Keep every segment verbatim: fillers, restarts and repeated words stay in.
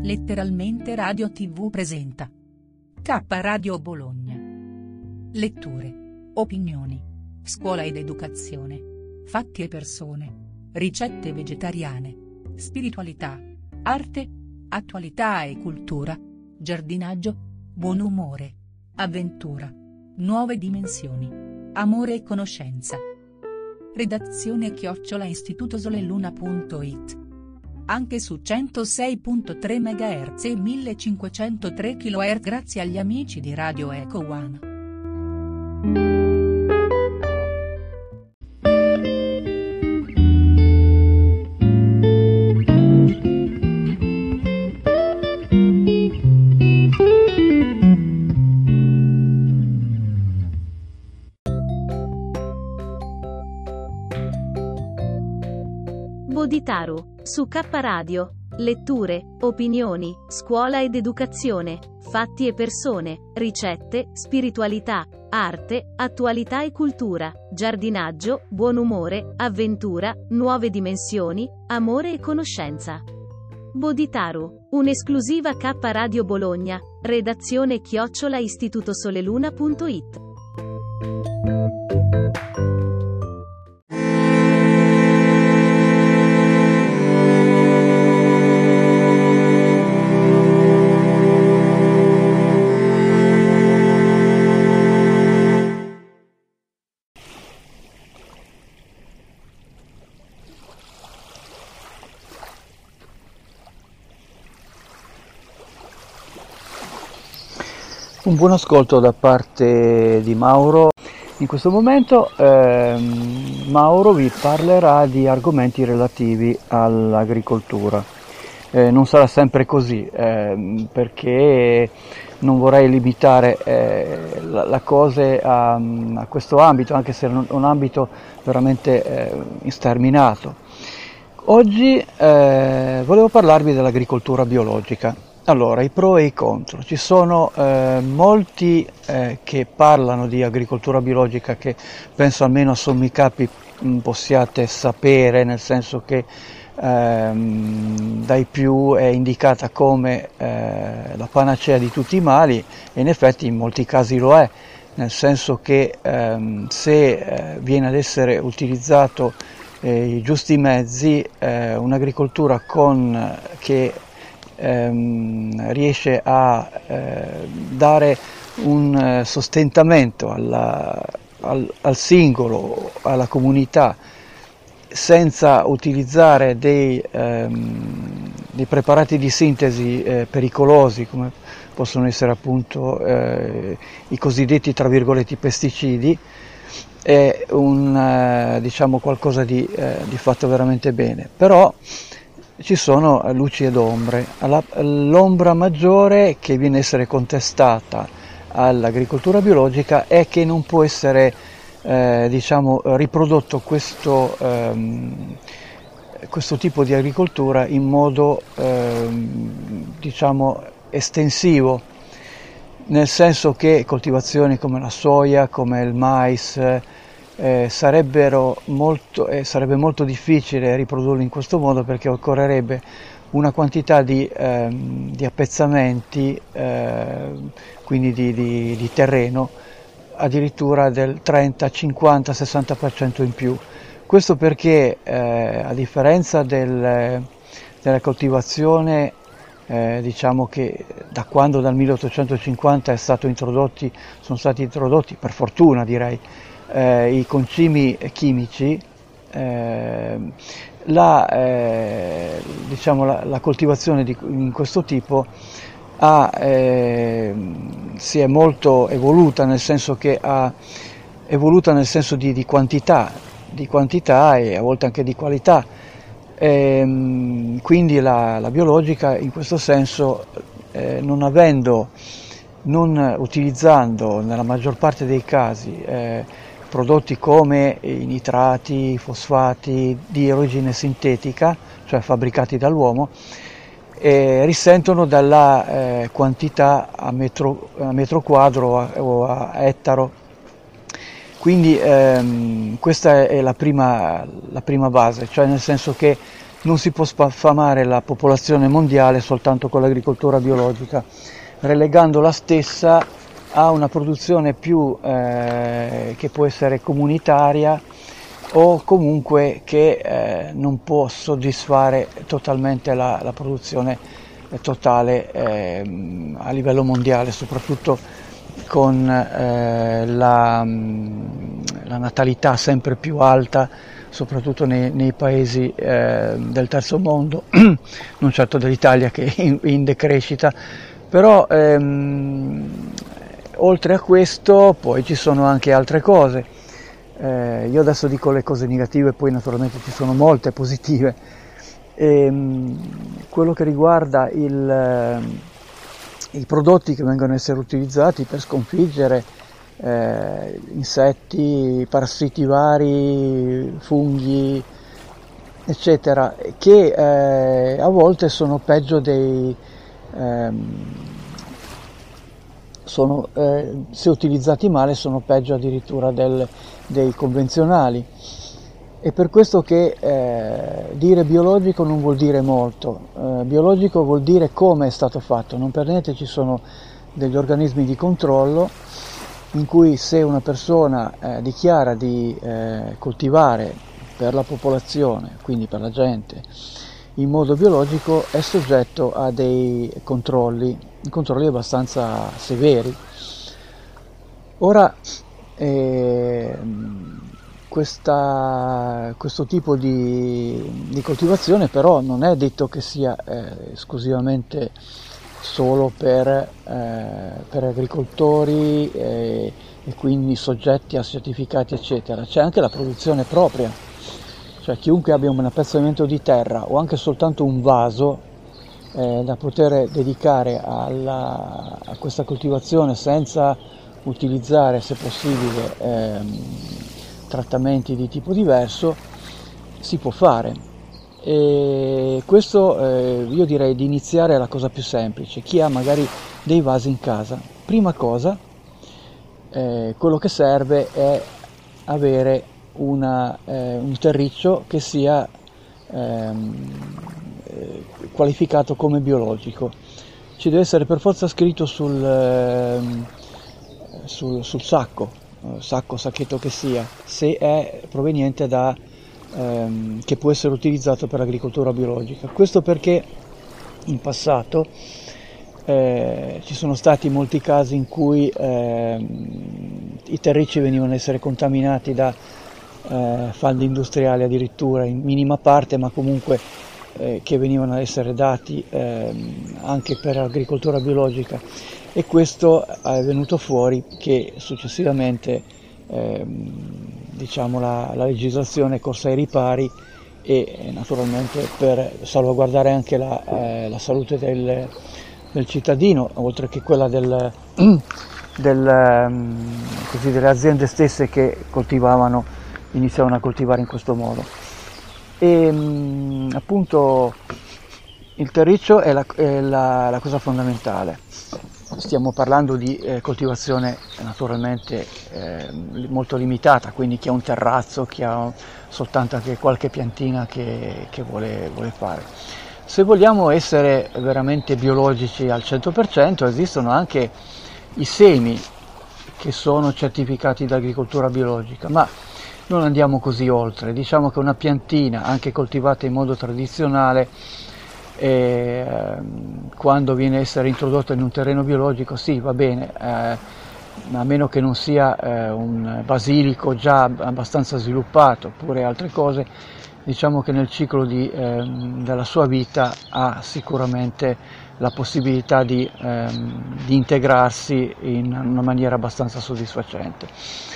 Letteralmente Radio tivù presenta K Radio Bologna. Letture, opinioni, scuola ed educazione, fatti e persone, ricette vegetariane, spiritualità, arte, attualità e cultura, giardinaggio, buon umore, avventura, nuove dimensioni, amore e conoscenza. Redazione chiocciola istitutosoleluna punto it. Anche su centosei virgola tre megahertz e millecinquecentotre chilohertz grazie agli amici di Radio Eco One. Bodhitaru, su K Radio, letture, opinioni, scuola ed educazione, fatti e persone, ricette, spiritualità, arte, attualità e cultura, giardinaggio, buon umore, avventura, nuove dimensioni, amore e conoscenza. Bodhitaru, un'esclusiva K Radio Bologna, redazione chiocciola istitutosoleluna punto it. Un buon ascolto da parte di Mauro. In questo momento ehm, Mauro vi parlerà di argomenti relativi all'agricoltura. Eh, non sarà sempre così, ehm, perché non vorrei limitare eh, la, la cose a, a questo ambito, anche se è un, un ambito veramente eh, sterminato. Oggi eh, volevo parlarvi dell'agricoltura biologica. Allora, i pro e i contro. Ci sono eh, molti eh, che parlano di agricoltura biologica che penso almeno a sommi capi mh, possiate sapere, nel senso che ehm, dai più è indicata come eh, la panacea di tutti i mali, e in effetti in molti casi lo è, nel senso che ehm, se eh, viene ad essere utilizzato eh, i giusti mezzi, eh, un'agricoltura con che Ehm, riesce a eh, dare un eh, sostentamento alla, al, al singolo, alla comunità, senza utilizzare dei, ehm, dei preparati di sintesi eh, pericolosi, come possono essere appunto eh, i cosiddetti tra virgolette pesticidi, è un, eh, diciamo qualcosa di, eh, di fatto veramente bene. Però ci sono luci ed ombre. L'ombra maggiore che viene a essere contestata all'agricoltura biologica è che non può essere eh, diciamo, riprodotto questo, ehm, questo tipo di agricoltura in modo ehm, diciamo, estensivo, nel senso che coltivazioni come la soia, come il mais, Eh, sarebbero molto, eh, sarebbe molto difficile riprodurlo in questo modo, perché occorrerebbe una quantità di, ehm, di appezzamenti, eh, quindi di, di, di terreno, addirittura del trenta, cinquanta, sessanta per cento in più. Questo perché eh, a differenza del, della coltivazione, eh, diciamo che da quando dal milleottocentocinquanta è stato introdotti, sono stati introdotti, per fortuna direi, Eh, i concimi chimici, eh, la, eh, diciamo, la, la coltivazione di, in questo tipo ha, eh, si è molto evoluta, nel senso che ha evoluta nel senso di, di quantità, di quantità e a volte anche di qualità. E, quindi la, la biologica in questo senso, eh, non avendo, non utilizzando nella maggior parte dei casi eh, prodotti come i nitrati, i fosfati di origine sintetica, cioè fabbricati dall'uomo, eh, risentono dalla eh, quantità a metro, a metro quadro o a, o a ettaro. Quindi ehm, questa è la prima, la prima base, cioè nel senso che non si può sfamare la popolazione mondiale soltanto con l'agricoltura biologica, relegando la stessa a una produzione più eh, che può essere comunitaria o comunque che eh, non può soddisfare totalmente la, la produzione totale eh, a livello mondiale, soprattutto con eh, la, la natalità sempre più alta, soprattutto nei, nei paesi eh, del terzo mondo, non certo dell'Italia che è in, in decrescita, però ehm, oltre a questo poi ci sono anche altre cose. Eh, io adesso dico le cose negative, poi naturalmente ci sono molte positive. E, quello che riguarda il, eh, i prodotti che vengono a essere utilizzati per sconfiggere eh, insetti, parassiti vari, funghi, eccetera, che eh, a volte sono peggio dei ehm, sono, eh, se utilizzati male sono peggio addirittura del, dei convenzionali. È per questo che eh, dire biologico non vuol dire molto, eh, biologico vuol dire come è stato fatto, non per niente ci sono degli organismi di controllo in cui se una persona eh, dichiara di eh, coltivare per la popolazione, quindi per la gente, in modo biologico è soggetto a dei controlli, controlli abbastanza severi. Ora, eh, Questa, questo tipo di, di coltivazione però non è detto che sia eh, esclusivamente solo per, eh, per agricoltori eh, e quindi soggetti a certificati eccetera, c'è anche la produzione propria, cioè chiunque abbia un appezzamento di terra o anche soltanto un vaso eh, da poter dedicare alla, a questa coltivazione senza utilizzare, se possibile, ehm, trattamenti di tipo diverso, si può fare. E questo eh, io direi di iniziare la cosa più semplice. Chi ha magari dei vasi in casa, prima cosa eh, quello che serve è avere una, eh, un terriccio che sia ehm, eh, qualificato come biologico. Ci deve essere per forza scritto sul, ehm, sul, sul sacco sacco, sacchetto che sia, se è proveniente da ehm, che può essere utilizzato per l'agricoltura biologica. Questo perché in passato eh, ci sono stati molti casi in cui ehm, i terricci venivano a essere contaminati da eh, falde industriali addirittura in minima parte, ma comunque eh, che venivano a essere dati ehm, anche per l'agricoltura biologica. E questo è venuto fuori che successivamente ehm, diciamo la, la legislazione è corsa ai ripari e naturalmente per salvaguardare anche la, eh, la salute del, del cittadino, oltre che quella del, del, così, delle aziende stesse che coltivavano, iniziavano a coltivare in questo modo. E appunto il terriccio è la, è la, la cosa fondamentale. Stiamo parlando di eh, coltivazione naturalmente eh, molto limitata, quindi chi ha un terrazzo, chi ha soltanto anche qualche piantina che, che vuole, vuole fare. Se vogliamo essere veramente biologici al cento per cento esistono anche i semi che sono certificati dall'agricoltura biologica, ma non andiamo così oltre. Diciamo che una piantina, anche coltivata in modo tradizionale, E, eh, quando viene a essere introdotta in un terreno biologico sì, va bene, eh, a meno che non sia eh, un basilico già abbastanza sviluppato oppure altre cose, diciamo che nel ciclo di, eh, della sua vita ha sicuramente la possibilità di, eh, di integrarsi in una maniera abbastanza soddisfacente.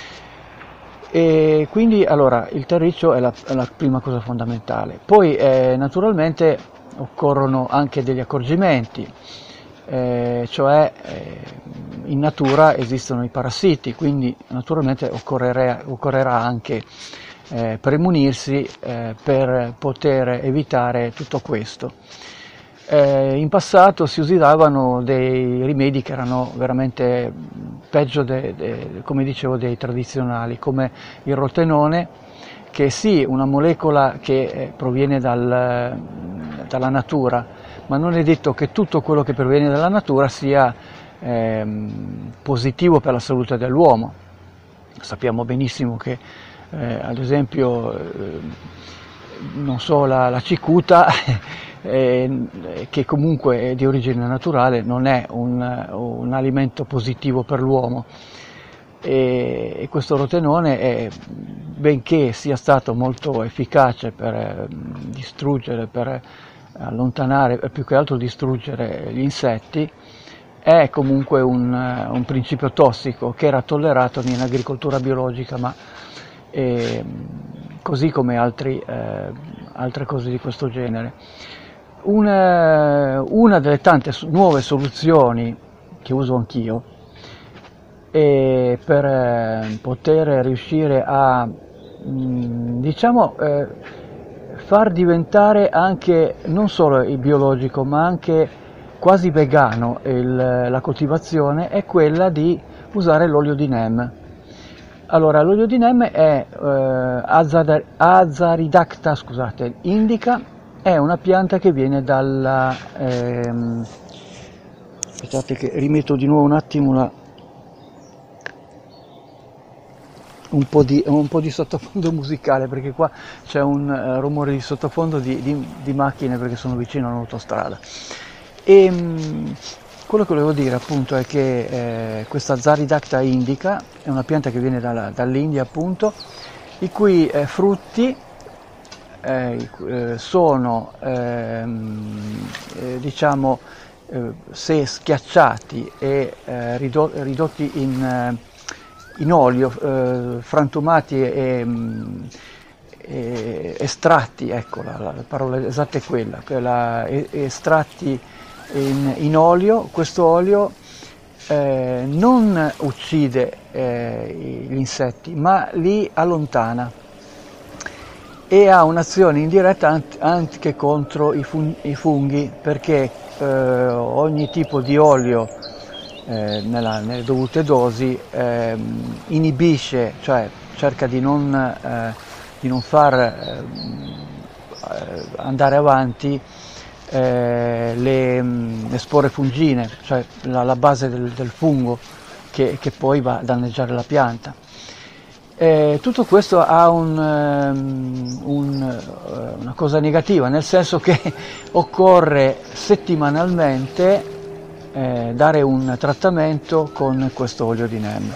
E quindi allora il terriccio è la, è la prima cosa fondamentale. Poi eh, naturalmente occorrono anche degli accorgimenti, eh, cioè eh, in natura esistono i parassiti, quindi naturalmente occorrerà, occorrerà anche eh, premunirsi eh, per poter evitare tutto questo. Eh, in passato si usavano dei rimedi che erano veramente peggio, de, de, come dicevo, dei tradizionali, come il rotenone, che che sì, una molecola che eh, proviene dal, dalla natura, ma non è detto che tutto quello che proviene dalla natura sia ehm, positivo per la salute dell'uomo. Sappiamo benissimo che eh, ad esempio eh, non so, la, la cicuta eh, che comunque è di origine naturale non è un, un alimento positivo per l'uomo, e, e questo rotenone è, benché sia stato molto efficace per eh, distruggere, per allontanare, più che altro distruggere gli insetti, è comunque un, un principio tossico che era tollerato in agricoltura biologica, ma eh, così come altri, eh, altre cose di questo genere. Una, una delle tante nuove soluzioni che uso anch'io è per eh, poter riuscire a mh, diciamo eh, far diventare anche non solo il biologico ma anche quasi vegano il, la coltivazione, è quella di usare l'olio di neem. Allora, l'olio di neem è eh, Azadirachta, scusate, indica, è una pianta che viene dalla... Ehm, aspettate che rimetto di nuovo un attimo la, un, po di, un po' di sottofondo musicale, perché qua c'è un uh, rumore di sottofondo di, di, di macchine, perché sono vicino a un'autostrada. E mh, quello che volevo dire appunto è che eh, questa Azadirachta indica è una pianta che viene dalla, dall'India appunto, i cui eh, frutti eh, eh, sono ehm, eh, diciamo eh, se schiacciati e eh, ridot- ridotti in, eh, in olio, eh, frantumati e, e estratti, ecco la, la parola esatta è quella, quella estratti In, in olio, questo olio eh, non uccide eh, gli insetti ma li allontana e ha un'azione indiretta anche contro i, fun- i funghi, perché eh, ogni tipo di olio eh, nella, nelle dovute dosi eh, inibisce, cioè cerca di non, eh, di non far eh, andare avanti Eh, le, le spore fungine, cioè la, la base del, del fungo che, che poi va a danneggiare la pianta. Eh, tutto questo ha un, um, un, uh, una cosa negativa, nel senso che occorre settimanalmente eh, dare un trattamento con questo olio di neem.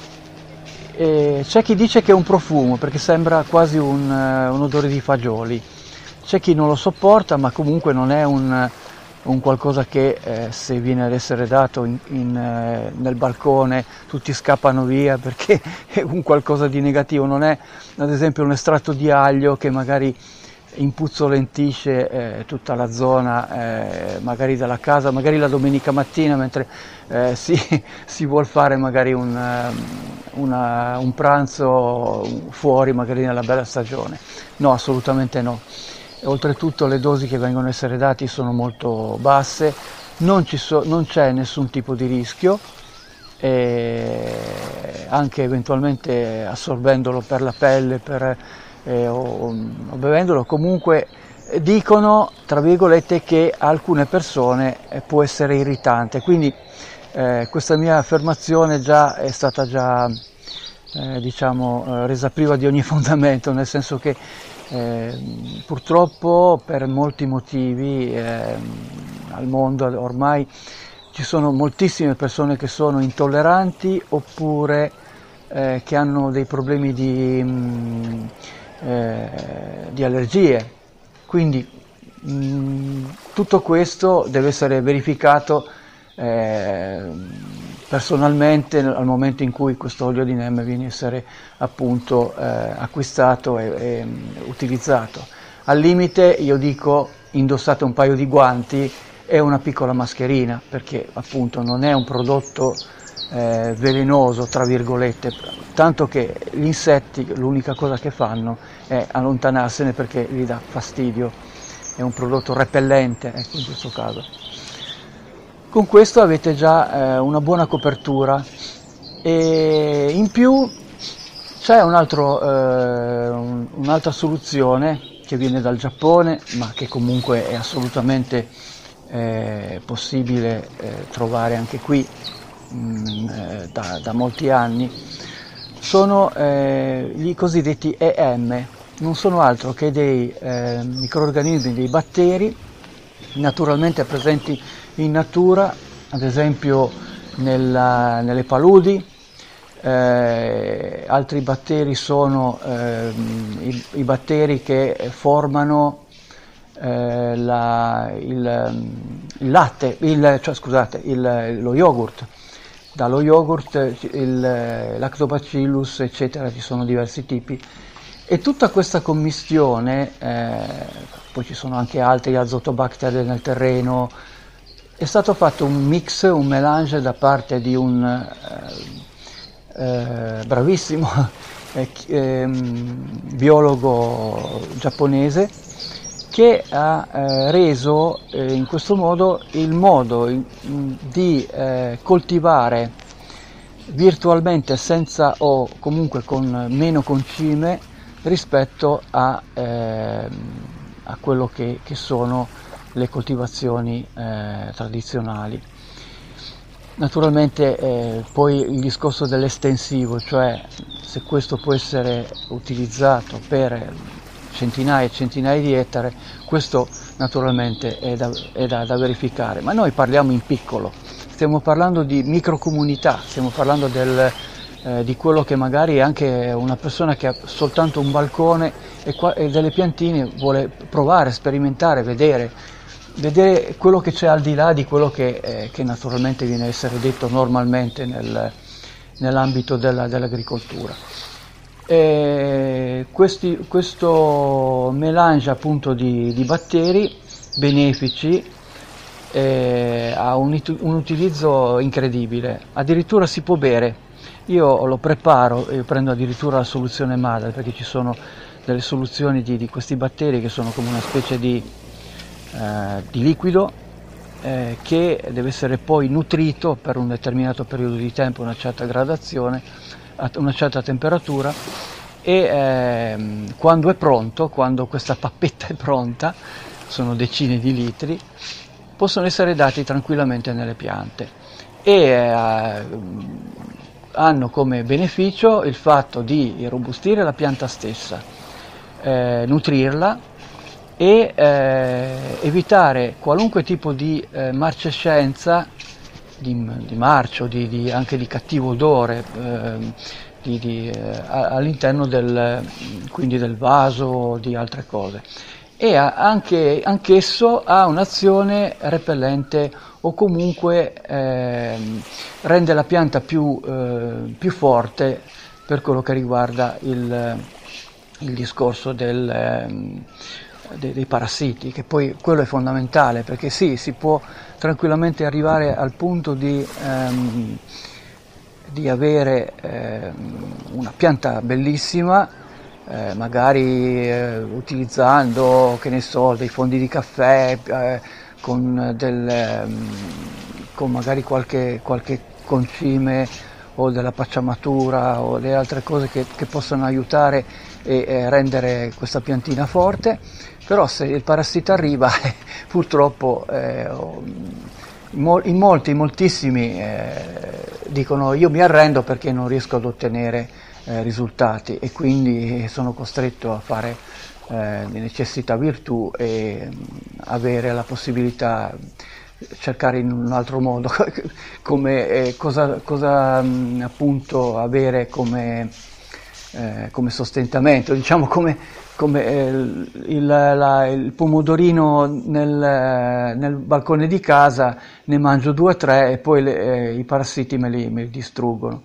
Eh, c'è chi dice che è un profumo perché sembra quasi un, uh, un odore di fagioli. C'è chi non lo sopporta, ma comunque non è un, un qualcosa che eh, se viene ad essere dato in, in, eh, nel balcone tutti scappano via perché è un qualcosa di negativo. Non è ad esempio un estratto di aglio che magari impuzzolentisce eh, tutta la zona eh, magari della casa, magari la domenica mattina mentre eh, si, si vuol fare magari un, una, un pranzo fuori magari nella bella stagione. No, assolutamente no. Oltretutto le dosi che vengono a essere date sono molto basse, non, ci so, non c'è nessun tipo di rischio, e anche eventualmente assorbendolo per la pelle per, eh, o, o bevendolo, comunque dicono tra virgolette che a alcune persone eh, può essere irritante, quindi eh, questa mia affermazione già è stata già eh, diciamo eh, resa priva di ogni fondamento, nel senso che Eh, purtroppo per molti motivi eh, al mondo ormai ci sono moltissime persone che sono intolleranti oppure eh, che hanno dei problemi di, mh, eh, di allergie, quindi mh, tutto questo deve essere verificato eh, personalmente al momento in cui questo olio di neem viene a essere appunto eh, acquistato e, e utilizzato. Al limite io dico indossate un paio di guanti e una piccola mascherina, perché appunto non è un prodotto eh, velenoso tra virgolette, tanto che gli insetti l'unica cosa che fanno è allontanarsene perché gli dà fastidio, è un prodotto repellente, ecco, in questo caso. Con questo avete già eh, una buona copertura e in più C'è un altro, eh, un, un'altra soluzione che viene dal Giappone, ma che comunque è assolutamente eh, possibile eh, trovare anche qui mh, eh, da, da molti anni, sono eh, i cosiddetti E M. Non sono altro che dei eh, microrganismi, dei batteri naturalmente presenti in natura, ad esempio nella, nelle paludi. Eh, altri batteri sono eh, i, i batteri che formano eh, la, il, il latte, il, cioè scusate, il, lo yogurt. Dallo yogurt, il lactobacillus, eccetera, ci sono diversi tipi. E tutta questa commistione, eh, poi ci sono anche altri azotobacter nel terreno, è stato fatto un mix, un mélange da parte di un eh, eh, bravissimo eh, eh, biologo giapponese, che ha eh, reso eh, in questo modo il modo in, di eh, coltivare virtualmente senza o comunque con meno concime rispetto a, eh, a quello che, che sono le coltivazioni eh, tradizionali. Naturalmente eh, poi il discorso dell'estensivo, cioè se questo può essere utilizzato per centinaia e centinaia di ettari, questo naturalmente è da, è da, da verificare, ma noi parliamo in piccolo, stiamo parlando di microcomunità, stiamo parlando del, eh, di quello che magari anche una persona che ha soltanto un balcone e, qua, e delle piantine vuole provare, sperimentare, vedere, vedere quello che c'è al di là di quello che, eh, che naturalmente viene a essere detto normalmente nel, nell'ambito della, dell'agricoltura. E questi, questo mélange appunto di, di batteri benefici eh, ha un, un utilizzo incredibile, addirittura si può bere. Io lo preparo, io prendo addirittura la soluzione madre, perché ci sono delle soluzioni di, di questi batteri che sono come una specie di, eh, di liquido eh, che deve essere poi nutrito per un determinato periodo di tempo, una certa gradazione, a una certa temperatura, e ehm, quando è pronto, quando questa pappetta è pronta, sono decine di litri, possono essere dati tranquillamente nelle piante e eh, hanno come beneficio il fatto di irrobustire la pianta stessa, eh, nutrirla e eh, evitare qualunque tipo di eh, marcescenza, di, di marcio, di, di, anche di cattivo odore eh, di, di, eh, all'interno del, quindi del vaso o di altre cose. E ha anche, anch'esso ha un'azione repellente o comunque eh, rende la pianta più, eh, più forte per quello che riguarda il, il discorso del, eh, dei, dei parassiti, che poi quello è fondamentale, perché sì, si può tranquillamente arrivare al punto di, ehm, di avere ehm, una pianta bellissima, eh, magari eh, utilizzando, che ne so, dei fondi di caffè, eh, con, del, ehm, con magari qualche, qualche concime o della pacciamatura o delle altre cose che, che possono aiutare e eh, rendere questa piantina forte. Però se il parassita arriva, purtroppo eh, in molti, in moltissimi eh, dicono io mi arrendo perché non riesco ad ottenere eh, risultati e quindi sono costretto a fare eh, di necessità virtù e avere la possibilità, cercare in un altro modo come eh, cosa, cosa mh, appunto avere come, eh, come sostentamento, diciamo come, come eh, il, la, il pomodorino nel, nel balcone di casa, ne mangio due o tre e poi le, eh, i parassiti me li, me li distruggono.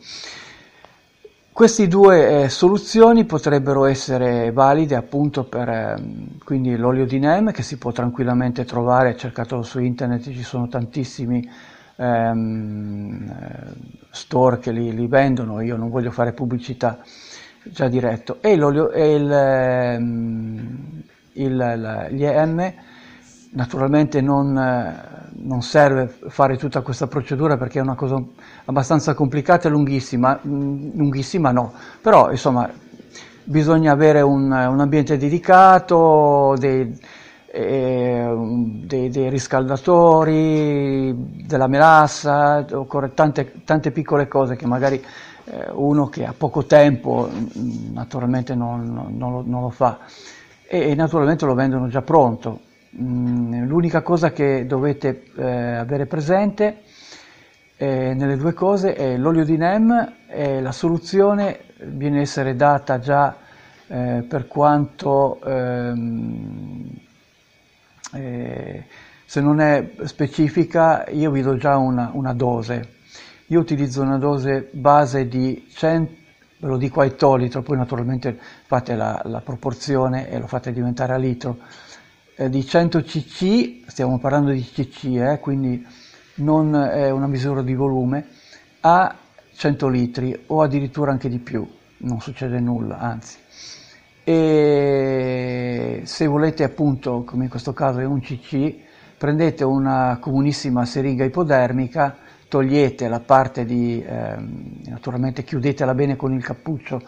Queste due eh, soluzioni potrebbero essere valide appunto per eh, quindi l'olio di neem, che si può tranquillamente trovare, cercatelo su internet, ci sono tantissimi ehm, store che li, li vendono, io non voglio fare pubblicità già diretto, e l'olio e il, ehm, il, la, gli E M naturalmente non, eh, non serve fare tutta questa procedura perché è una cosa abbastanza complicata e lunghissima, mh, lunghissima no, però insomma bisogna avere un, un ambiente dedicato, dei, eh, dei, dei riscaldatori, della melassa, occorre tante, tante piccole cose che magari eh, uno che ha poco tempo mh, naturalmente non, non, lo, non lo fa, e, e naturalmente lo vendono già pronto. L'unica cosa che dovete eh, avere presente eh, nelle due cose è l'olio di neem, e la soluzione viene a essere data già eh, per quanto ehm, eh, se non è specifica io vi do già una, una dose. Io utilizzo una dose base di cento, ve lo dico a ettolitro, poi naturalmente fate la, la proporzione e lo fate diventare a litro, di cento cc, stiamo parlando di cc, eh, quindi non è una misura di volume, a cento litri o addirittura anche di più, non succede nulla, anzi. E se volete appunto, come in questo caso è un cc, prendete una comunissima siringa ipodermica, togliete la parte di, ehm, naturalmente chiudetela bene con il cappuccio,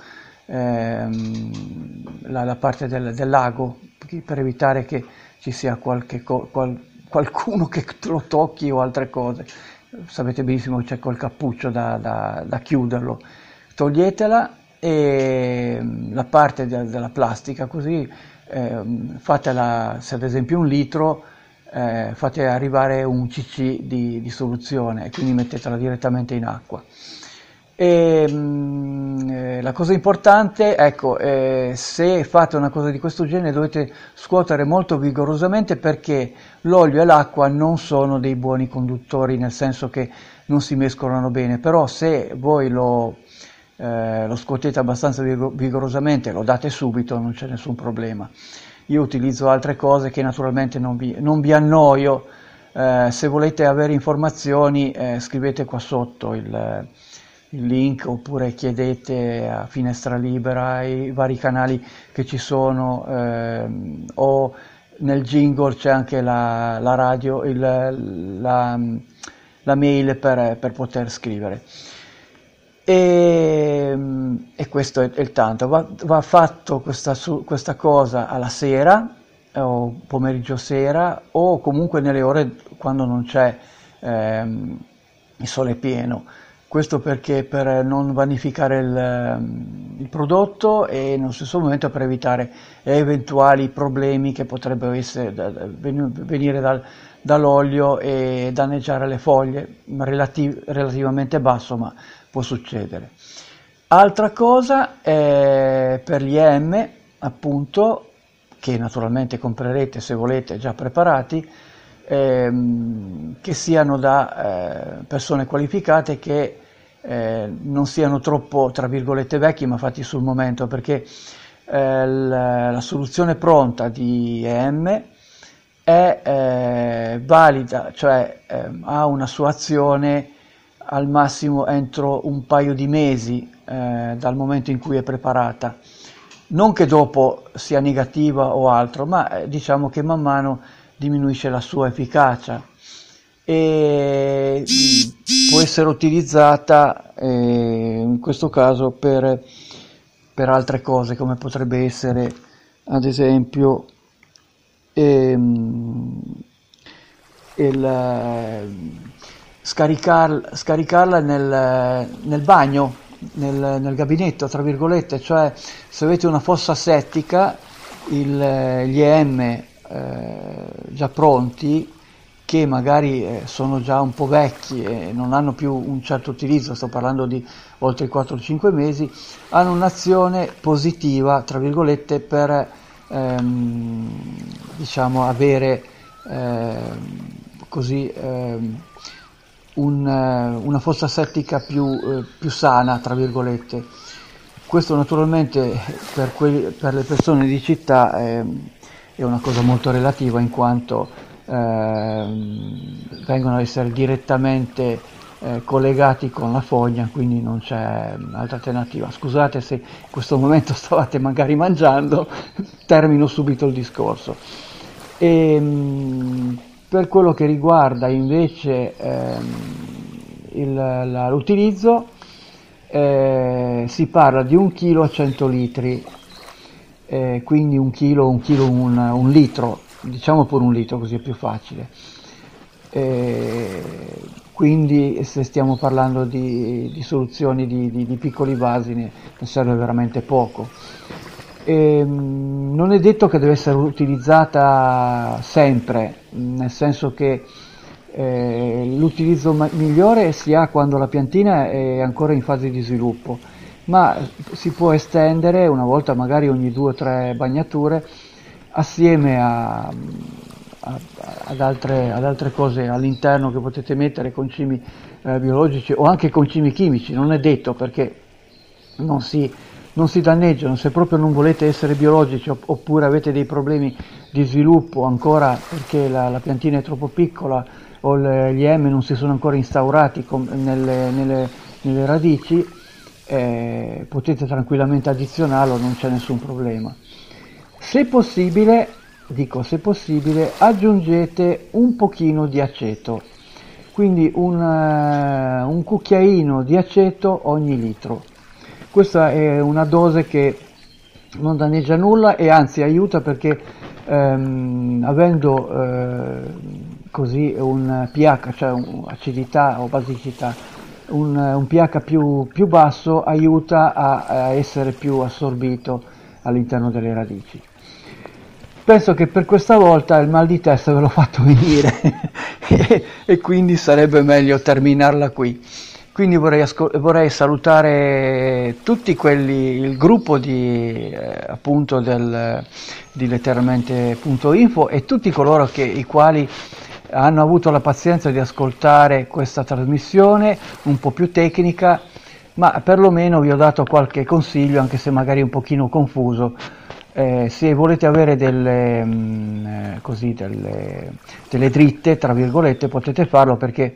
ehm, la, la parte del, del lago, per evitare che ci sia qualche qual, qualcuno che lo tocchi o altre cose. Sapete benissimo che c'è col cappuccio da, da, da chiuderlo. Toglietela e la parte de, della plastica, così eh, fatela, se ad esempio un litro, eh, fate arrivare un cc di, di soluzione e quindi mettetela direttamente in acqua. E, mh, la cosa importante, ecco, eh, se fate una cosa di questo genere dovete scuotere molto vigorosamente, perché l'olio e l'acqua non sono dei buoni conduttori, nel senso che non si mescolano bene, però se voi lo, eh, lo scuotete abbastanza vigorosamente, lo date subito, non c'è nessun problema. Io utilizzo altre cose che naturalmente non vi, non vi annoio, eh, se volete avere informazioni eh, scrivete qua sotto il il link, oppure chiedete a Finestra Libera, i vari canali che ci sono, ehm, o nel jingle c'è anche la, la radio, il, la, la mail per, per poter scrivere. E, e questo è, è il tanto. Va, va fatto questa, questa cosa alla sera, o pomeriggio sera, o comunque nelle ore quando non c'è ehm, il sole pieno. Questo perché per non vanificare il, il prodotto e nello stesso momento per evitare eventuali problemi che potrebbero essere, venire dal, dall'olio e danneggiare le foglie, relativ, relativamente basso, ma può succedere. Altra cosa è per gli E M, appunto, che naturalmente comprerete se volete già preparati, Ehm, che siano da eh, persone qualificate, che eh, non siano troppo, tra virgolette, vecchi, ma fatti sul momento, perché eh, la, la soluzione pronta di E M è eh, valida, cioè eh, ha una sua azione al massimo entro un paio di mesi eh, dal momento in cui è preparata. Non che dopo sia negativa o altro, ma eh, diciamo che man mano diminuisce la sua efficacia e può essere utilizzata eh, in questo caso per, per altre cose, come potrebbe essere ad esempio ehm, il, scaricar, scaricarla nel, nel bagno, nel, nel gabinetto, tra virgolette, cioè se avete una fossa settica, il, gli E M Eh, già pronti, che magari eh, sono già un po' vecchi e non hanno più un certo utilizzo, sto parlando di oltre quattro cinque mesi, hanno un'azione positiva, tra virgolette, per ehm, diciamo avere ehm, così ehm, un, una fossa settica più, eh, più sana, tra virgolette. Questo naturalmente per, quelli, per le persone di città ehm, è una cosa molto relativa, in quanto eh, vengono a essere direttamente eh, collegati con la foglia, quindi non c'è altra alternativa. Scusate se in questo momento stavate magari mangiando, termino subito il discorso. E, per quello che riguarda invece ehm, il, la, l'utilizzo, eh, si parla di un chilo a cento litri, eh, quindi un chilo, un chilo, un, un litro, diciamo pure un litro così è più facile. Eh, quindi se stiamo parlando di, di soluzioni di, di, di piccoli vasi ne, ne serve veramente poco. E, mh, non è detto che deve essere utilizzata sempre, nel senso che eh, l'utilizzo ma- migliore si ha quando la piantina è ancora in fase di sviluppo, ma si può estendere una volta magari ogni due o tre bagnature assieme a, a- ad altre, ad altre cose all'interno che potete mettere, concimi eh, biologici o anche concimi chimici, non è detto, perché non si, non si danneggiano. Se proprio non volete essere biologici opp- oppure avete dei problemi di sviluppo ancora perché la, la piantina è troppo piccola o le- gli emme non si sono ancora instaurati com- nelle, nelle- nelle radici, eh, potete tranquillamente addizionarlo, non c'è nessun problema. Se possibile, dico se possibile, aggiungete un pochino di aceto, quindi un, eh, un cucchiaino di aceto ogni litro. Questa è una dose che non danneggia nulla e anzi aiuta, perché ehm, avendo eh, così un pH, cioè un- acidità o basicità, un, un pH più, più basso aiuta a, a essere più assorbito all'interno delle radici. Penso che per questa volta il mal di testa ve l'ho fatto venire e, e quindi sarebbe meglio terminarla qui. Quindi vorrei, ascol- vorrei salutare tutti quelli, il gruppo di, eh, appunto del, di letteralmente punto info e tutti coloro che, i quali hanno avuto la pazienza di ascoltare questa trasmissione un po' più tecnica, ma perlomeno vi ho dato qualche consiglio, anche se magari un pochino confuso. Eh, se volete avere delle, mh, eh, così, delle, delle dritte, tra virgolette, potete farlo, perché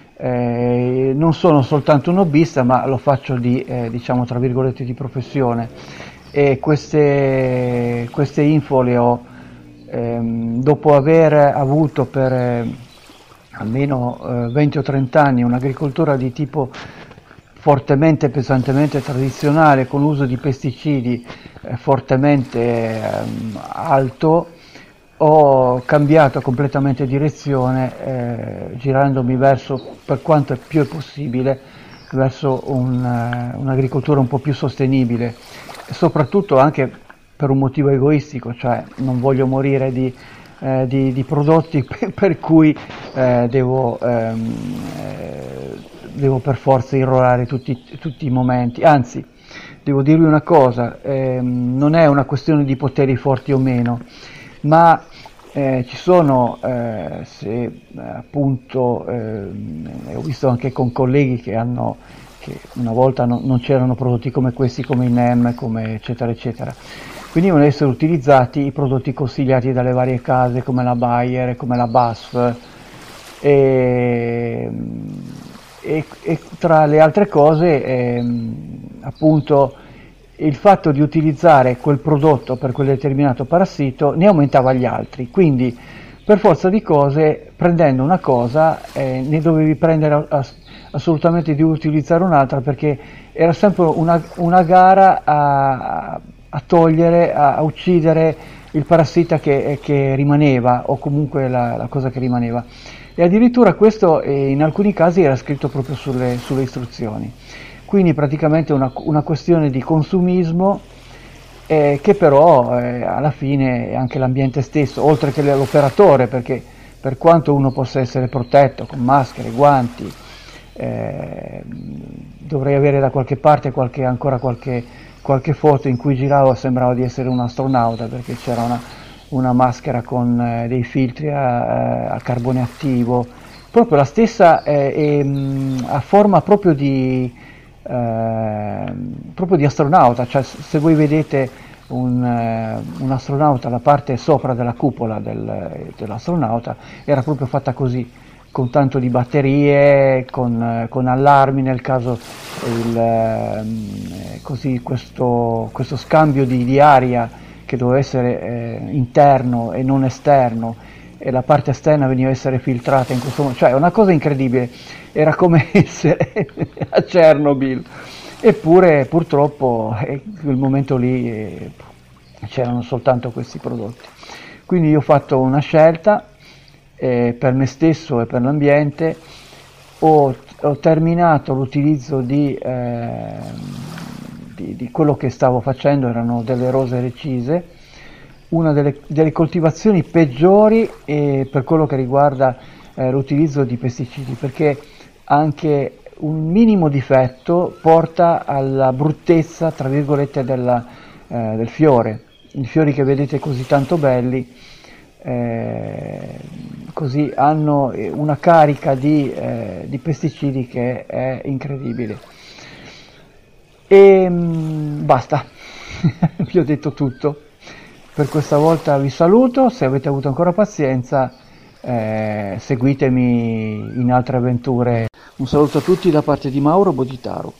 eh, non sono soltanto un hobbista, ma lo faccio di, eh, diciamo, tra virgolette, di professione, e queste, queste info le ho, ehm, dopo aver avuto per eh, almeno eh, venti o trenta anni un'agricoltura di tipo fortemente, pesantemente tradizionale, con l'uso di pesticidi eh, fortemente ehm, alto. Ho cambiato completamente direzione, eh, girandomi verso, per quanto più è possibile, verso un, eh, un'agricoltura un po' più sostenibile, e soprattutto anche per un motivo egoistico, cioè non voglio morire di, eh, di, di prodotti per, per cui eh, devo, ehm, eh, devo per forza irrorare tutti, tutti i momenti. Anzi, devo dirvi una cosa, ehm, non è una questione di poteri forti o meno, ma eh, ci sono, eh, se eh, appunto, eh, ho visto anche con colleghi che hanno, che una volta no, non c'erano prodotti come questi, come i NEM, come eccetera eccetera, venivano ad essere utilizzati i prodotti consigliati dalle varie case come la Bayer, come la B A S F, e, e, e tra le altre cose ehm, appunto il fatto di utilizzare quel prodotto per quel determinato parassito ne aumentava gli altri, quindi per forza di cose, prendendo una cosa eh, ne dovevi prendere ass- assolutamente di utilizzare un'altra, perché era sempre una, una gara a, a togliere, a, a uccidere il parassita che, che rimaneva, o comunque la, la cosa che rimaneva. E addirittura questo eh, in alcuni casi era scritto proprio sulle, sulle istruzioni. Quindi praticamente una, una questione di consumismo eh, che però eh, alla fine è anche l'ambiente stesso, oltre che l'operatore, perché per quanto uno possa essere protetto con maschere, guanti, eh, dovrei avere da qualche parte qualche, ancora qualche, qualche foto in cui giravo, sembrava di essere un astronauta, perché c'era una, una maschera con eh, dei filtri a, a carbone attivo, proprio la stessa, eh, e, a forma proprio di Eh, proprio di astronauta, cioè se voi vedete un, eh, un astronauta, la parte sopra della cupola del, dell'astronauta era proprio fatta così, con tanto di batterie, con, con allarmi nel caso il, eh, così questo, questo scambio di, di aria che doveva essere eh, interno e non esterno, e la parte esterna veniva a essere filtrata in questo modo, cioè è una cosa incredibile, era come essere a Chernobyl, eppure purtroppo in quel momento lì eh, c'erano soltanto questi prodotti. Quindi io ho fatto una scelta eh, per me stesso e per l'ambiente, ho, ho terminato l'utilizzo di, eh, di, di quello che stavo facendo, erano delle rose recise, una delle, delle coltivazioni peggiori eh, per quello che riguarda eh, l'utilizzo di pesticidi, perché anche un minimo difetto porta alla bruttezza, tra virgolette, della, eh, del fiore. I fiori che vedete così tanto belli, eh, così hanno una carica di, eh, di pesticidi che è incredibile. E mh, basta, vi ho detto tutto. Per questa volta vi saluto, se avete avuto ancora pazienza eh, seguitemi in altre avventure. Un saluto a tutti da parte di Mauro Boditaro.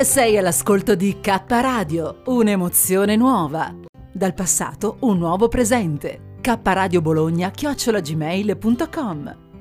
Sei all'ascolto di K Radio, un'emozione nuova. Dal passato un nuovo presente. K Radio Bologna chiocciola gmail punto com